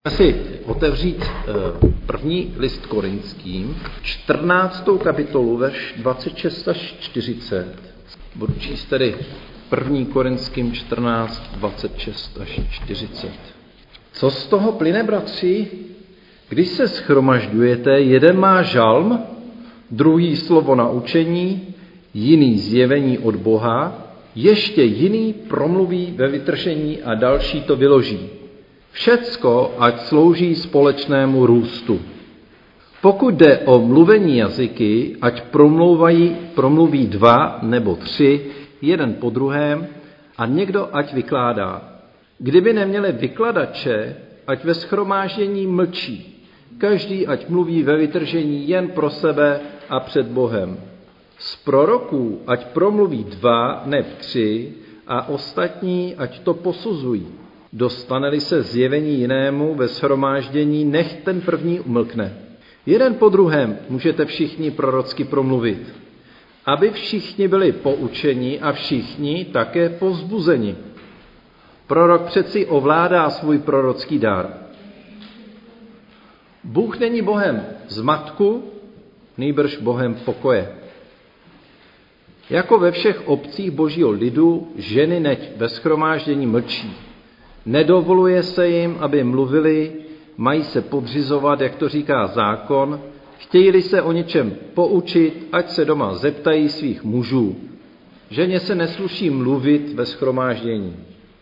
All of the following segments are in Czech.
Si otevřít první list Korinským, 14. kapitolu, verš 26 až 40. Budu číst tedy 1. Korinským 14, 26 až 40. Co z toho plyne, bratři? Když se shromažďujete, jeden má žalm, druhý slovo naučení, jiný zjevení od Boha, ještě jiný promluví ve vytržení a další to vyloží. Všecko, ať slouží společnému růstu. Pokud jde o mluvení jazyky, ať promluví 2 nebo 3, jeden po druhém, a někdo ať vykládá. Kdyby neměli vykladače, ať ve shromáždění mlčí. Každý ať mluví ve vytržení jen pro sebe a před Bohem. Z proroků ať promluví 2 nebo 3 a ostatní ať to posuzují. Dostane-li se zjevení jinému ve shromáždění, nech ten první umlkne. Jeden po druhém můžete všichni prorocky promluvit, aby všichni byli poučeni a všichni také povzbuzeni. Prorok přeci ovládá svůj prorocký dar. Bůh není Bohem zmatku, nýbrž Bohem pokoje. Jako ve všech obcích božího lidu, ženy nechť ve shromáždění mlčí. Nedovoluje se jim, aby mluvili, mají se podřizovat, jak to říká zákon, chtějí-li se o něčem poučit, ať se doma zeptají svých mužů. Ženě se nesluší mluvit ve shromáždění.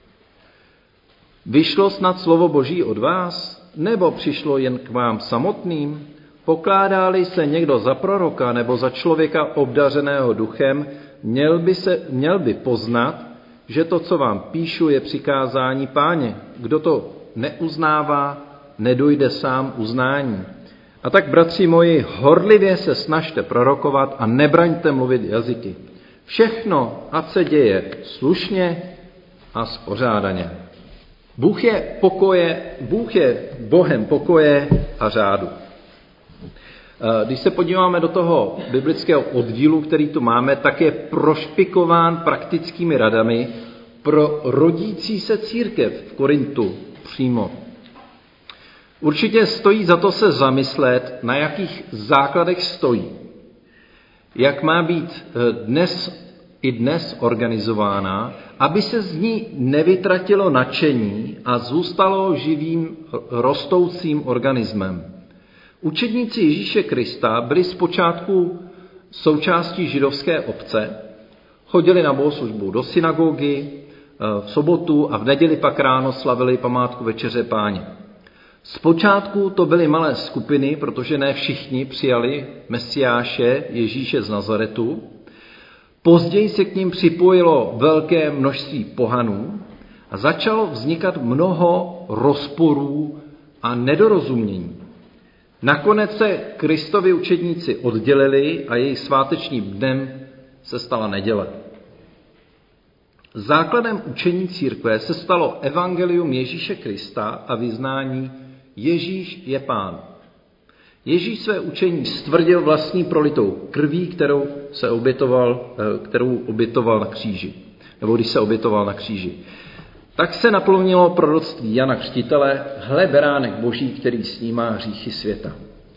Vyšlo snad slovo Boží od vás, nebo přišlo jen k vám samotným? Pokládá-li se někdo za proroka nebo za člověka obdařeného duchem, měl by poznat, že to, co vám píšu, je přikázání Páně. Kdo to neuznává, nedojde sám uznání. A tak, bratři moji, horlivě se snažte prorokovat a nebraňte mluvit jazyky. Všechno, ať se děje slušně a spořádaně. Bůh je Bohem pokoje a řádu. Když se podíváme do toho biblického oddílu, který tu máme, tak je prošpikován praktickými radami pro rodící se církev v Korintu přímo. Určitě stojí za to se zamyslet, na jakých základech stojí. Jak má být dnes organizována, aby se z ní nevytratilo nadšení a zůstalo živým rostoucím organismem. Učedníci Ježíše Krista byli zpočátku součástí židovské obce, chodili na bohoslužbu do synagogy v sobotu a v neděli pak ráno slavili památku Večeře Páně. Zpočátku to byly malé skupiny, protože ne všichni přijali Mesiáše Ježíše z Nazaretu. Později se k ním připojilo velké množství pohanů a začalo vznikat mnoho rozporů a nedorozumění. Nakonec se Kristovi učedníci oddělili a jejich svátečním dnem se stala neděle. Základem učení církve se stalo evangelium Ježíše Krista a vyznání Ježíš je Pán. Ježíš své učení stvrdil vlastní prolitou krví, kterou obětoval na kříži, nebo když se obětoval na kříži. Tak se naplnilo proroctví Jana Křtitele, hle beránek Boží, který snímá hříchy světa.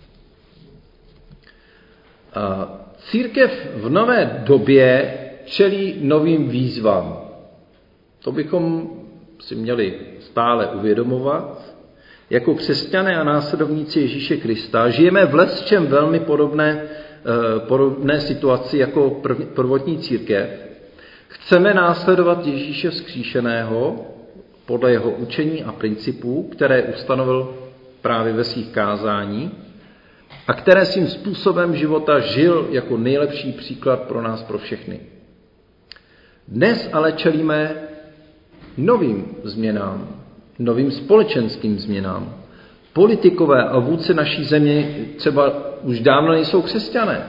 Církev v nové době čelí novým výzvám. To bychom si měli stále uvědomovat. Jako křesťané a následovníci Ježíše Krista žijeme v lecčem velmi podobné situaci jako prvotní církev. Chceme následovat Ježíše vzkříšeného podle jeho učení a principů, které ustanovil právě ve svých kázání a které svým způsobem života žil jako nejlepší příklad pro nás, pro všechny. Dnes ale čelíme novým změnám, novým společenským změnám. Politikové a vůdci naší země třeba už dávno nejsou křesťané.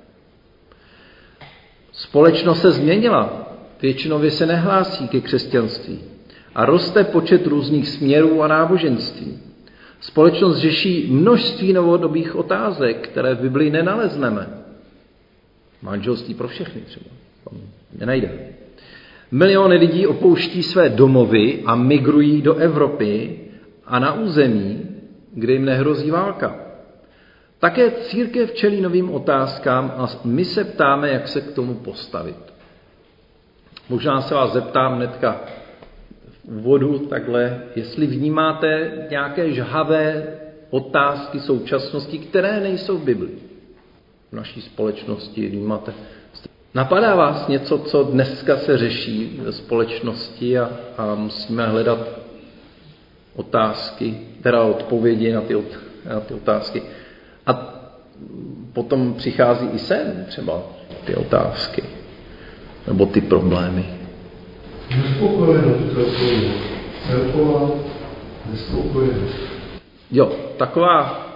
Společnost se změnila, většinově se nehlásí ke křesťanství a roste počet různých směrů a náboženství. Společnost řeší množství novodobých otázek, které v Biblii nenalezneme. Manželství pro všechny třeba. Nenajde. Miliony lidí opouští své domovy a migrují do Evropy a na území, kde jim nehrozí válka. Také církev čelí novým otázkám a my se ptáme, jak se k tomu postavit. Možná se vás zeptám hnedka v úvodu takhle, jestli vnímáte nějaké žhavé otázky současnosti, které nejsou v Biblii. V naší společnosti vnímáte. Napadá vás něco, co dneska se řeší ve společnosti a musíme hledat otázky, teda odpovědi na ty otázky. A potom přichází i sem třeba ty otázky, nebo ty problémy. Nespokojenost, to je celková nespokojenost. Jo, taková,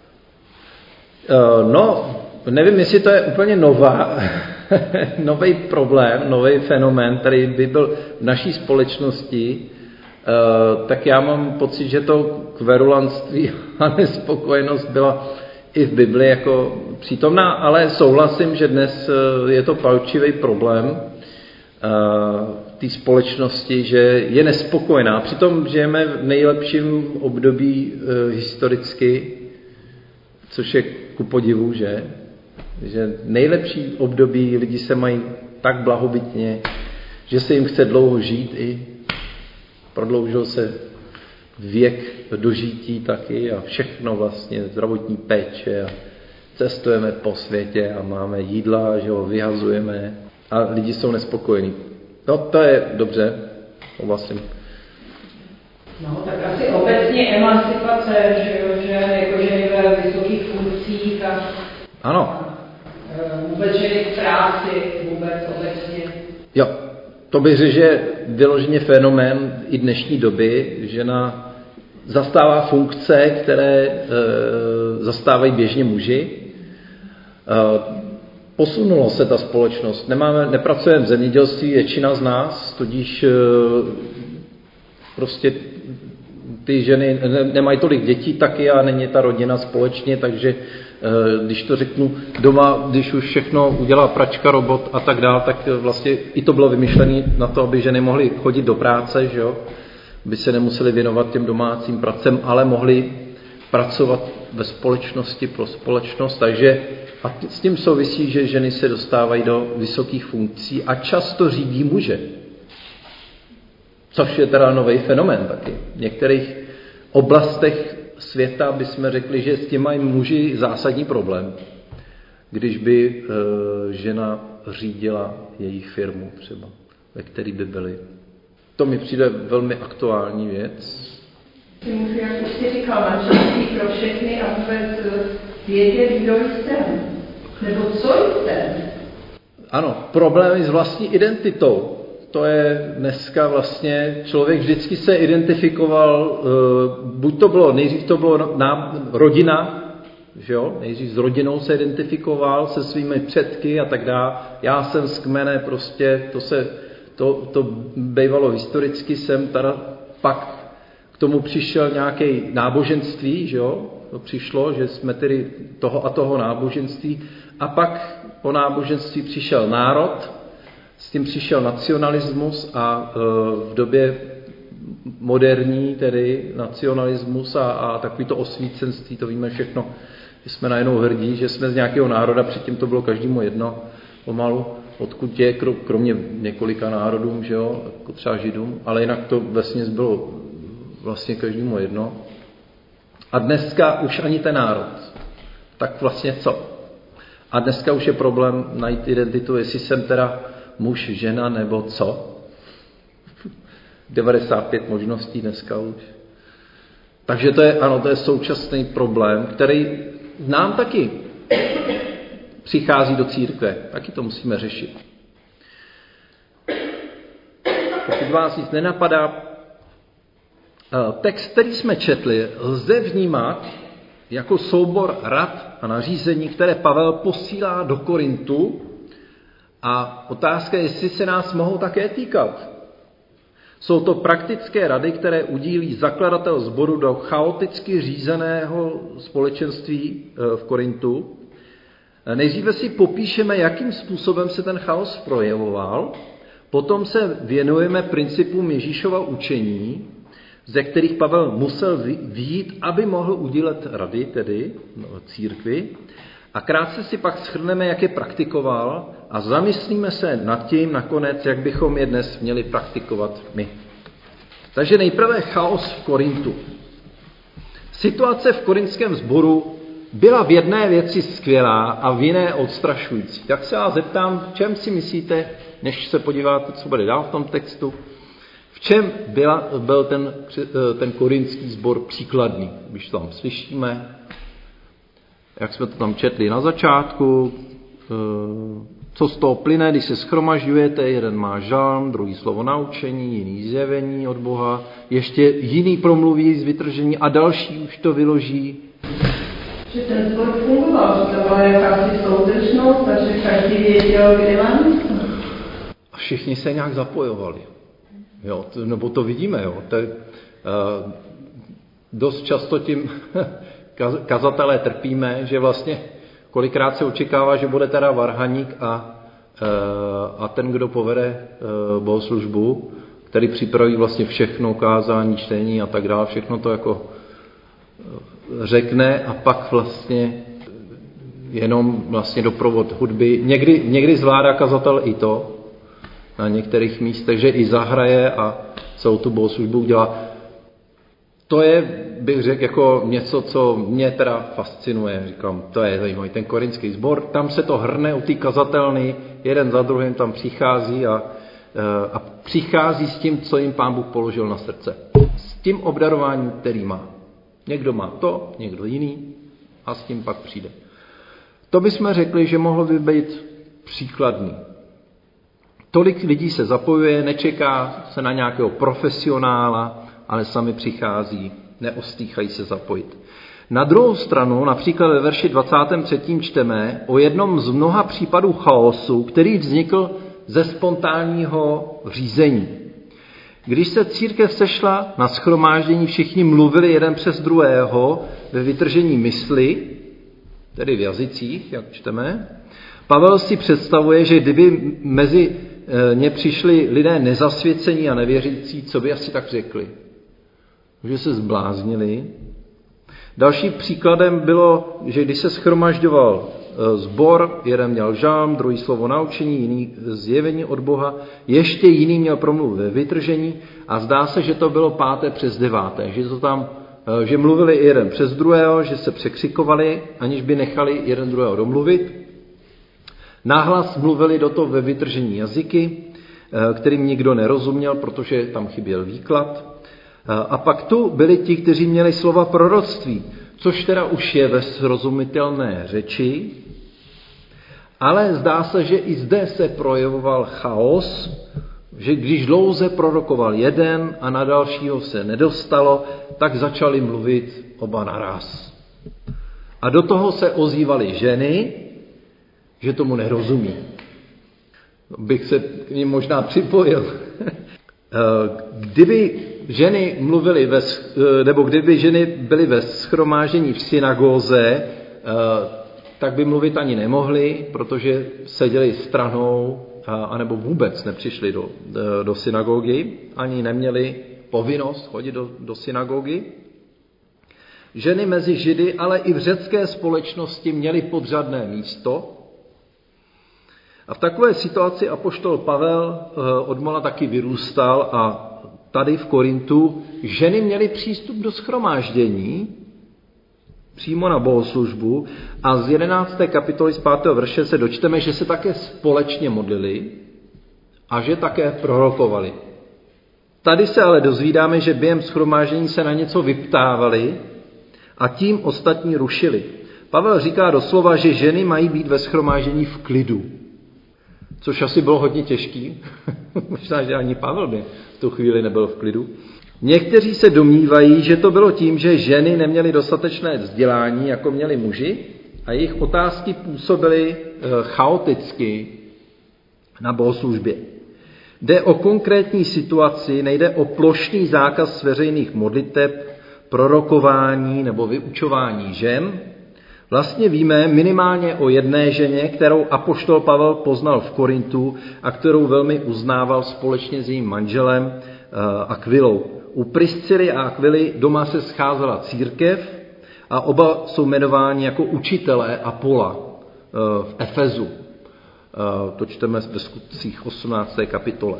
no, nevím, jestli to je úplně nový problém, nový fenomén, který by byl v naší společnosti, tak já mám pocit, že to kverulanství a nespokojenost byla i v Bibli jako přítomná, ale souhlasím, že dnes je to palčivý problém té společnosti, že je nespokojená. Přitom žijeme v nejlepším období historicky, což je ku podivu, že nejlepší období lidi se mají tak blahobytně, že se jim chce dlouho žít i prodloužil se věk dožití taky a všechno vlastně, zdravotní péče a cestujeme po světě a máme jídla, že ho vyhazujeme a lidi jsou nespokojení. No to je dobře, vlastně. No tak asi obecně emancipace, že je ve vysokých funkcích a ano. Vůbec ženy v práci, vůbec obecně. Jo, to bych řekl, že je vyloženě fenomén i dnešní doby. Žena zastává funkce, které zastávají běžně muži. Posunulo se ta společnost. Nepracujeme v zemědělství, většina z nás, tudíž prostě ty ženy nemají tolik dětí taky a není ta rodina společně, takže když to řeknu doma, když už všechno udělá pračka, robot a tak dál, tak vlastně i to bylo vymyšlené na to, aby ženy mohly chodit do práce, že jo? Aby se nemuseli věnovat těm domácím pracem, ale mohly pracovat ve společnosti pro společnost, takže a s tím souvisí, že ženy se dostávají do vysokých funkcí a často řídí muže. Což je teda nový fenomén taky. V některých oblastech světa bychom řekli, že s tím mají muži zásadní problém, když by žena řídila jejich firmu třeba, ve které by byly. To mi přijde velmi aktuální věc. Ty muži, jak už jsi říkal, manželství pro všechny a vůbec vědět, kdo jsem, nebo co jsem. Ano, problémy s vlastní identitou. To je dneska vlastně, člověk vždycky se identifikoval, nejdřív to bylo rodina, že jo? Nejdřív s rodinou se identifikoval, se svými předky a tak dále. Já jsem z kmene, prostě to bývalo historicky, pak k tomu přišel nějaké náboženství, že jo? To přišlo, že jsme tedy toho a toho náboženství a pak po náboženství přišel národ, s tím přišel nacionalismus a v době moderní tedy nacionalismus a takovýto osvícenství, to víme všechno, že jsme najednou hrdí, že jsme z nějakého národa, předtím to bylo každému jedno pomalu, odkud je, kromě několika národům, že jo, jako třeba Židům, ale jinak to vesměs bylo vlastně každému jedno. A dneska už ani ten národ. Tak vlastně co? A dneska už je problém najít identitu, jestli jsem teda muž, žena nebo co. 95 možností dneska už. Takže to je současný problém, který nám taky přichází do církve. Taky to musíme řešit. Pokud vás nic nenapadá, text, který jsme četli, lze vnímat jako soubor rad a nařízení, které Pavel posílá do Korintu. A otázka je, jestli se nás mohou také týkat. Jsou to praktické rady, které udílí zakladatel sboru do chaoticky řízeného společenství v Korintu. Nejdříve si popíšeme, jakým způsobem se ten chaos projevoval, potom se věnujeme principům Ježíšova učení, ze kterých Pavel musel vyjít, aby mohl udílet rady, tedy církvi. A krátce si pak shrneme, jak je praktikoval a zamyslíme se nad tím nakonec, jak bychom je dnes měli praktikovat my. Takže nejprve chaos v Korintu. Situace v korinském sboru byla v jedné věci skvělá a v jiné odstrašující. Tak se vás zeptám, v čem si myslíte, než se podíváte, co bude dál v tom textu, v čem byl ten korintský sbor příkladný, když to tam slyšíme, jak jsme to tam četli na začátku, co z toho plyne, když se shromažďujete, jeden má žalm, druhý slovo naučení, jiný zjevení od Boha, ještě jiný promluví z vytržení a další už to vyloží. Že ten sbor fungoval, že to byla jakási soudržnost a že každý věděl, kde má místo. A všichni se nějak zapojovali. Jo, nebo to vidíme, jo. Dost často tím kazatelé trpíme, že vlastně kolikrát se očekává, že bude teda varhaník a ten, kdo povede bohoslužbu, který připraví vlastně všechno, kázání, čtení a tak dále, všechno to jako řekne a pak vlastně jenom vlastně doprovod hudby. Někdy zvládá kazatel i to, na některých místech, že i zahraje a celou tu bohoslužbu udělá. To je, bych řekl, jako něco, co mě teda fascinuje. Říkám, to je zajímavý, ten korinský sbor, tam se to hrne u té kazatelny, jeden za druhým tam přichází a přichází s tím, co jim Pán Bůh položil na srdce. S tím obdarováním, který má. Někdo má to, někdo jiný a s tím pak přijde. To bychom řekli, že mohlo by být příkladný. Tolik lidí se zapojuje, nečeká se na nějakého profesionála, ale sami přichází, neostýchají se zapojit. Na druhou stranu, například ve verši 23. čteme o jednom z mnoha případů chaosu, který vznikl ze spontánního řízení. Když se církev sešla na shromáždění, všichni mluvili jeden přes druhého ve vytržení mysli, tedy v jazycích, jak čteme. Pavel si představuje, že kdyby mezi ně přišli lidé nezasvěcení a nevěřící, co by asi tak řekli? Že se zbláznili. Další příkladem bylo, že když se shromažďoval sbor, jeden měl žalm, druhý slovo naučení, jiný zjevení od Boha, ještě jiný měl promluvu ve vytržení a zdá se, že to bylo 5. přes 9. Že mluvili jeden přes druhého, že se překřikovali, aniž by nechali jeden druhého domluvit. Náhlas mluvili do toho ve vytržení jazyky, kterým nikdo nerozuměl, protože tam chyběl výklad. A pak tu byli ti, kteří měli slova proroctví, což teda už je ve srozumitelné řeči, ale zdá se, že i zde se projevoval chaos, že když dlouze prorokoval jeden a na dalšího se nedostalo, tak začali mluvit oba naraz. A do toho se ozývaly ženy, že tomu nerozumí. Bych se k ním možná připojil. Kdyby ženy mluvily kdyby ženy byly ve shromáždění v synagóze, tak by mluvit ani nemohly, protože seděli stranou, anebo vůbec nepřišli do synagogy, ani neměli povinnost chodit do synagogy. Ženy mezi Židy, ale i v řecké společnosti měly podřadné místo. A v takové situaci apoštol Pavel odmala taky vyrůstal a tady v Korintu ženy měly přístup do shromáždění přímo na bohoslužbu a z 11. kapitoly z 5. verše se dočteme, že se také společně modlili a že také prorokovali. Tady se ale dozvídáme, že během shromáždění se na něco vyptávali a tím ostatní rušili. Pavel říká doslova, že ženy mají být ve shromáždění v klidu. Což asi bylo hodně těžký. Možná, že ani Pavel by v tu chvíli nebyl v klidu. Někteří se domnívají, že to bylo tím, že ženy neměly dostatečné vzdělání, jako měli muži, a jejich otázky působily chaoticky na bohoslužbě. Jde o konkrétní situaci, nejde o plošný zákaz veřejných modliteb, prorokování nebo vyučování žen. Vlastně víme minimálně o jedné ženě, kterou apoštol Pavel poznal v Korintu a kterou velmi uznával společně s jejím manželem Akvilou. U Priscily a Aquily doma se scházela církev a oba jsou jmenováni jako učitelé Apolla v Efezu. To čteme ve Skutcích 18. kapitole.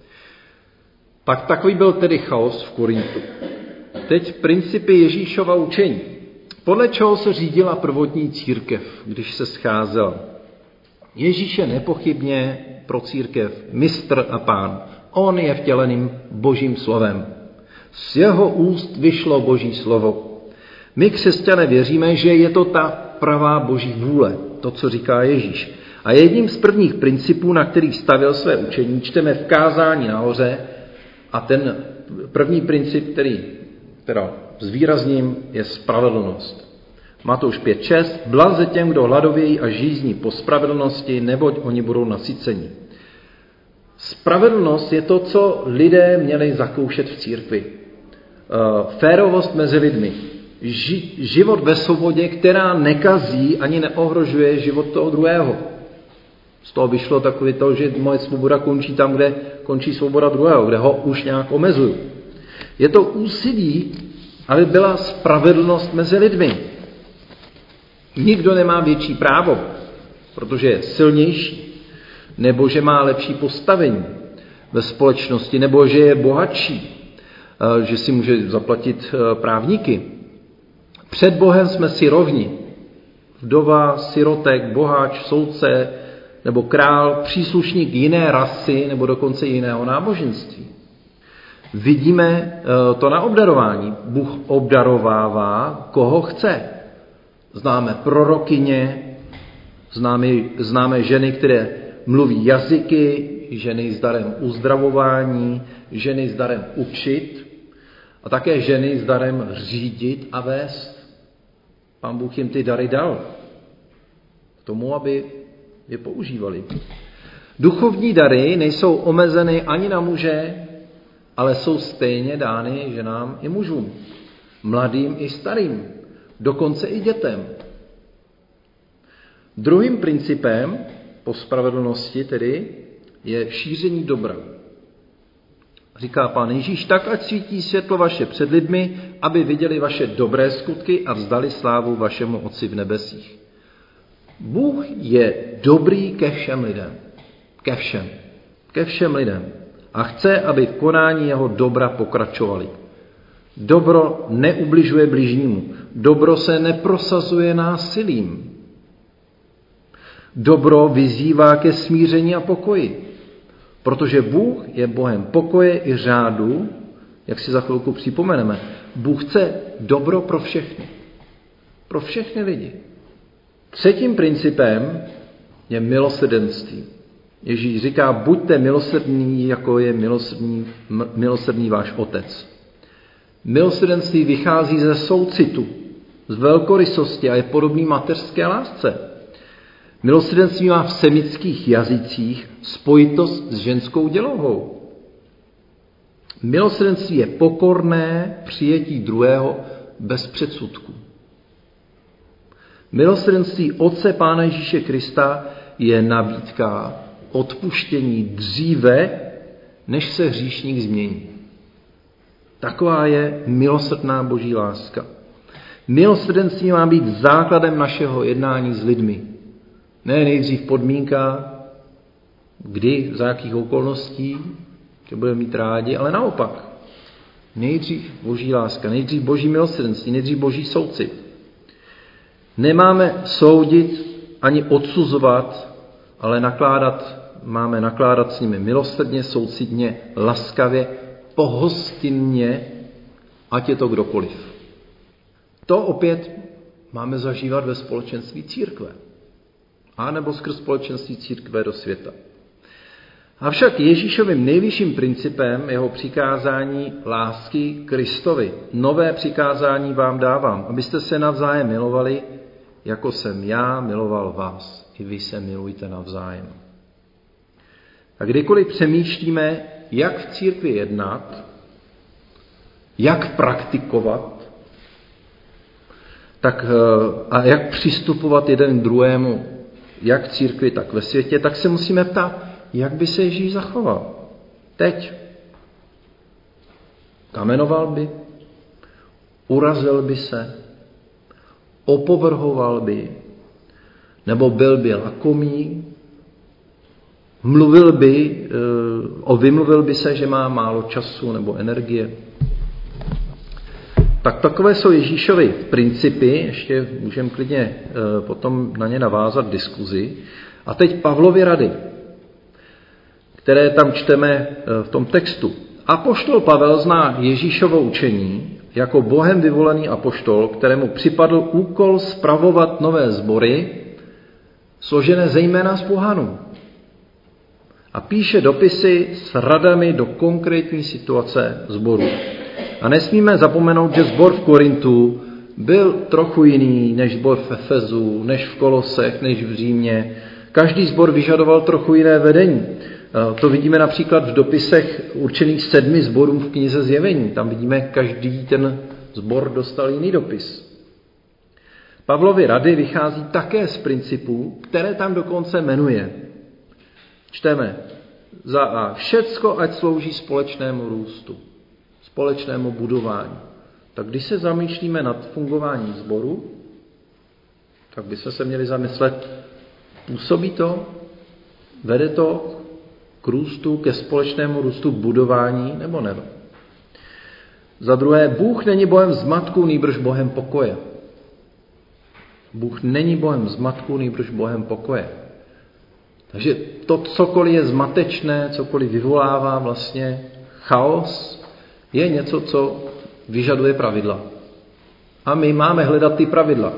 Tak takový byl tedy chaos v Korintu. Teď principy Ježíšova učení. Podle čeho se řídila prvotní církev, když se scházela? Ježíš je nepochybně pro církev mistr a pán. On je vtěleným Božím slovem. Z jeho úst vyšlo Boží slovo. My křesťané věříme, že je to ta pravá Boží vůle, to, co říká Ježíš. A jedním z prvních principů, na kterých stavěl své učení, čteme v kázání nahoře, a ten první princip, který zvýrazním, je spravedlnost. Matouš 5.6. Blaze těm, kdo hladovějí a žízní po spravedlnosti, neboť oni budou nasyceni. Spravedlnost je to, co lidé měli zakoušet v církvi. Férovost mezi lidmi. Život ve svobodě, která nekazí ani neohrožuje život toho druhého. Z toho vyšlo takový to, že moje svoboda končí tam, kde končí svoboda druhého, kde ho už nějak omezuju. Je to úsilí, aby byla spravedlnost mezi lidmi. Nikdo nemá větší právo, protože je silnější, nebo že má lepší postavení ve společnosti, nebo že je bohatší, že si může zaplatit právníky. Před Bohem jsme si rovni. Vdova, sirotek, boháč, soudce nebo král, příslušník jiné rasy nebo dokonce jiného náboženství. Vidíme to na obdarování. Bůh obdarovává, koho chce. Známe prorokyně, známe ženy, které mluví jazyky, ženy s darem uzdravování, ženy s darem učit a také ženy s darem řídit a vést. Pán Bůh jim ty dary dal k tomu, aby je používali. Duchovní dary nejsou omezeny ani na muže, ale jsou stejně dány ženám i mužům, mladým i starým, dokonce i dětem. Druhým principem po spravedlnosti tedy je šíření dobra. Říká Pán Ježíš, tak ať svítí světlo vaše před lidmi, aby viděli vaše dobré skutky a vzdali slávu vašemu Otci v nebesích. Bůh je dobrý ke všem lidem. Ke všem lidem. A chce, aby v konání jeho dobra pokračovali. Dobro neubližuje bližnímu. Dobro se neprosazuje násilím. Dobro vyzývá ke smíření a pokoji. Protože Bůh je Bohem pokoje i řádu, jak si za chvilku připomeneme. Bůh chce dobro pro všechny. Pro všechny lidi. Třetím principem je milosrdenství. Ježíš říká, buďte milosrdní, jako je milosrdný váš Otec. Milosrdenství vychází ze soucitu, z velkorysosti a je podobný mateřské lásce. Milosrdenství má v semických jazycích spojitost s ženskou dělohou. Milosrdenství je pokorné přijetí druhého bez předsudku. Milosrdenství Otce Pána Ježíše Krista je nabídka odpuštění dříve, než se hříšník změní. Taková je milosrdná Boží láska. Milosrdenství má být základem našeho jednání s lidmi. Ne nejdřív podmínka, kdy, za jakých okolností, že budeme mít rádi, ale naopak. Nejdřív Boží láska, nejdřív Boží milosrdenství, nejdřív Boží soucit. Nemáme soudit ani odsuzovat, ale máme nakládat s nimi milosrdně, soucitně, laskavě, pohostinně, ať je to kdokoliv. To opět máme zažívat ve společenství církve. A nebo skrz společenství církve do světa. Avšak Ježíšovým nejvyšším principem jeho přikázání lásky Kristovi. Nové přikázání vám dávám, abyste se navzájem milovali, jako jsem já miloval vás. I vy se milujte navzájem. A kdykoliv přemýšlíme, jak v církvi jednat, jak praktikovat, a jak přistupovat jeden k druhému, jak v církvi, tak ve světě, tak se musíme ptát, jak by se Ježíš zachoval teď. Kamenoval by? Urazil by se? Opovrhoval by? Nebo byl by lakomý? Vymluvil by se, že má málo času nebo energie? Tak takové jsou Ježíšovy principy, ještě můžeme klidně potom na ně navázat diskuzi. A teď Pavlovy rady, které tam čteme v tom textu. Apoštol Pavel zná Ježíšovo učení jako Bohem vyvolený apoštol, kterému připadl úkol spravovat nové sbory, složené zejména z pohanů. A píše dopisy s radami do konkrétní situace sboru. A nesmíme zapomenout, že sbor v Korintu byl trochu jiný než sbor v Efezu, než v Kolosech, než v Římě. Každý sbor vyžadoval trochu jiné vedení. To vidíme například v dopisech určených 7 sborům v knize Zjevení. Tam vidíme, každý ten sbor dostal jiný dopis. Pavlovy rady vychází také z principů, které tam dokonce jmenuje. Čteme za A. Všecko ať slouží společnému růstu, společnému budování. Tak když se zamýšlíme nad fungováním sboru, tak bychom se měli zamyslet, působí to, vede to k růstu, ke společnému růstu budování, nebo ne? Za druhé, Bůh není Bohem zmatku, nýbrž Bohem pokoje. Bůh není Bohem zmatku, nýbrž Bohem pokoje. Takže to, cokoliv je zmatečné, cokoliv vyvolává vlastně chaos, je něco, co vyžaduje pravidla. A my máme hledat ty pravidla.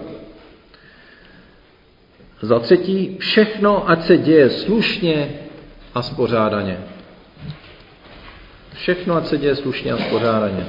Za třetí, všechno, ať se děje slušně a spořádaně. Všechno, ať se děje slušně a spořádaně.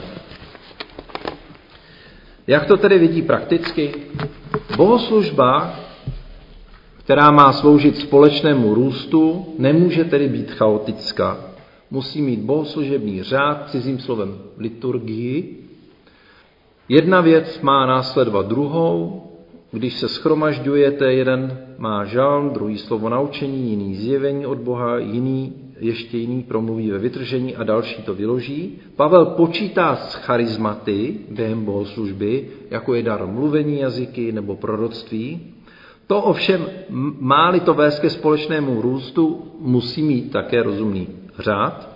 Jak to tedy vidí prakticky? Bohoslužba, která má sloužit společnému růstu, nemůže tedy být chaotická. Musí mít bohoslužební řád, cizím slovem liturgii. Jedna věc má následovat druhou. Když se shromažďujete, jeden má žalm, druhý slovo naučení, jiný zjevení od Boha, ještě jiný promluví ve vytržení a další to vyloží. Pavel počítá s charizmaty během bohoslužby, jako je dar mluvení jazyky nebo proroctví. To ovšem, má-li to vést ke společnému růstu, musí mít také rozumný řád.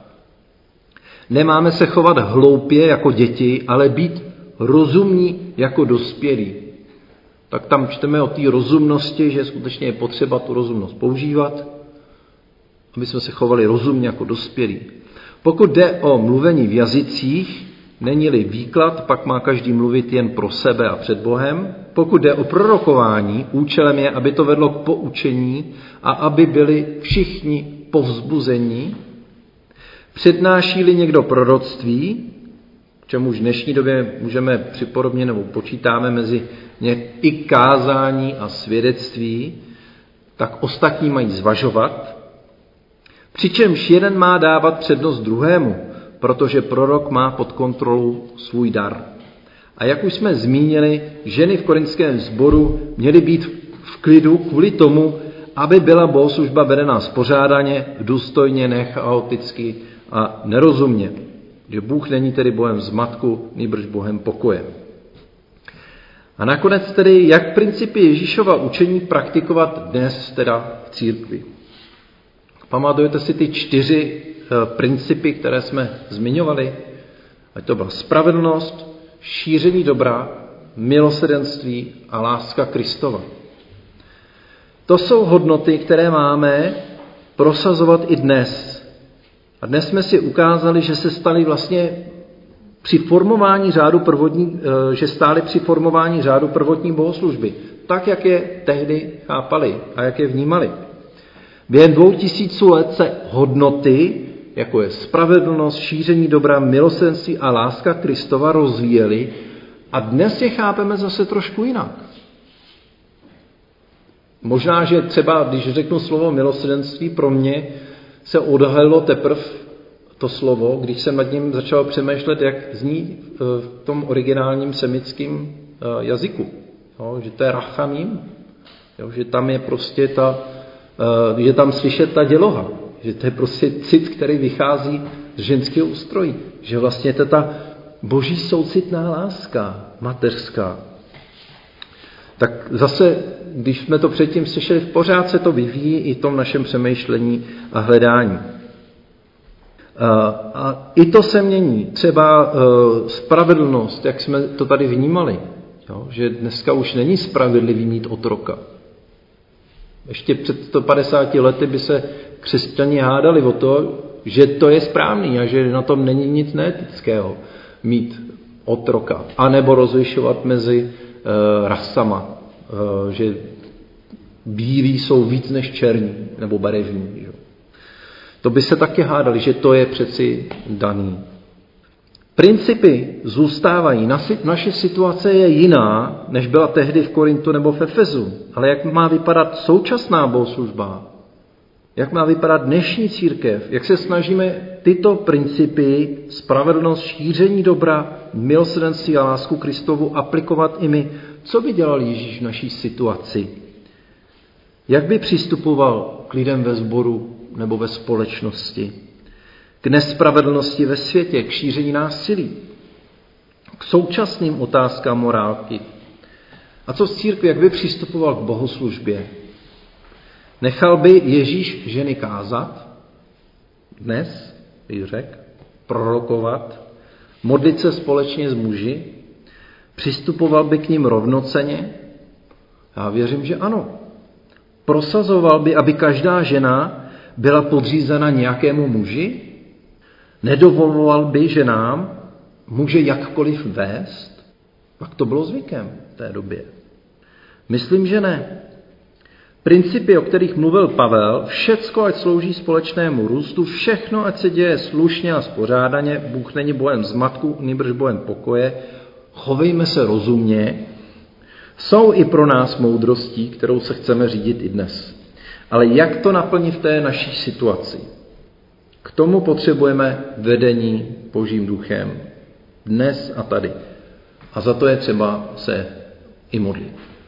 Nemáme se chovat hloupě jako děti, ale být rozumní jako dospělí. Tak tam čteme o té rozumnosti, že skutečně je potřeba tu rozumnost používat, aby jsme se chovali rozumně jako dospělí. Pokud jde o mluvení v jazycích, není-li výklad, pak má každý mluvit jen pro sebe a před Bohem. Pokud jde o prorokování, účelem je, aby to vedlo k poučení a aby byli všichni povzbuzení. Přednáší-li někdo proroctví, čemu už v dnešní době můžeme připodobně nebo počítáme mezi i kázání a svědectví, tak ostatní mají zvažovat. Přičemž jeden má dávat přednost druhému, protože prorok má pod kontrolou svůj dar. A jak už jsme zmínili, ženy v korinském sboru měly být v klidu kvůli tomu, aby byla bohoslužba vedená spořádaně, důstojně, nechaoticky a nerozumně. Že Bůh není tedy Bohem zmatku, nýbrž Bohem pokoje. A nakonec tedy, jak principy Ježíšova učení praktikovat dnes teda v církvi. Pamatujete si ty 4 principy, které jsme zmiňovali? Ať to byla spravedlnost, šíření dobra, milosrdenství a láska Kristova. To jsou hodnoty, které máme prosazovat i dnes. A dnes jsme si ukázali, že se staly vlastně při formování řádu prvotní bohoslužby, tak, jak je tehdy chápali a jak je vnímali. Během 2000 let se hodnoty, jako je spravedlnost, šíření dobra, milosrdenství a láska Kristova rozvíjely a dnes je chápeme zase trošku jinak. Možná, že třeba, když řeknu slovo milosrdenství, pro mě se odhalilo teprve to slovo, když jsem nad ním začal přemýšlet, jak zní v tom originálním semickém jazyku. Jo, že to je rachamim, jo, že tam je prostě že tam slyšet ta děloha, že to je prostě cit, který vychází z ženského ústrojí, že vlastně to je ta boží soucitná láska, mateřská. Tak zase, když jsme to předtím slyšeli, pořád se to vyvíjí i v tom našem přemýšlení a hledání. A i to se mění. Třeba spravedlnost, jak jsme to tady vnímali, jo? Že dneska už není spravedlivý mít otroka. Ještě před 150 lety by se křesťani hádali o to, že to je správný a že na tom není nic neetického mít otroka. A nebo rozlišovat mezi rasama, že bílí jsou víc než černí nebo barevní. Že? To by se taky hádali, že to je přeci daný. Principy zůstávají. Naše situace je jiná, než byla tehdy v Korintu nebo v Efezu. Ale jak má vypadat současná bohoslužba? Jak má vypadat dnešní církev? Jak se snažíme tyto principy, spravedlnost, šíření dobra, milosrdenství a lásku Kristovu aplikovat i my? Co by dělal Ježíš v naší situaci? Jak by přistupoval k lidem ve sboru nebo ve společnosti? K nespravedlnosti ve světě, k šíření násilí, k současným otázkám morálky. A co z církve, jak by přistupoval k bohoslužbě? Nechal by Ježíš ženy kázat dnes, bych řekl, prorokovat, modlit se společně s muži, přistupoval by k ním rovnocenně? Já věřím, že ano. Prosazoval by, aby každá žena byla podřízena nějakému muži? Nedovoloval by ženám muže jakkoliv vést? Pak to bylo zvykem v té době. Myslím, že ne. Principy, o kterých mluvil Pavel, všecko, ať slouží společnému růstu, všechno, ať se děje slušně a spořádaně, Bůh není Bohem zmatku, nýbrž Bohem pokoje, chovejme se rozumně, jsou i pro nás moudrostí, kterou se chceme řídit i dnes. Ale jak to naplnit v té naší situaci? K tomu potřebujeme vedení Božím duchem dnes a tady. A za to je třeba se i modlit.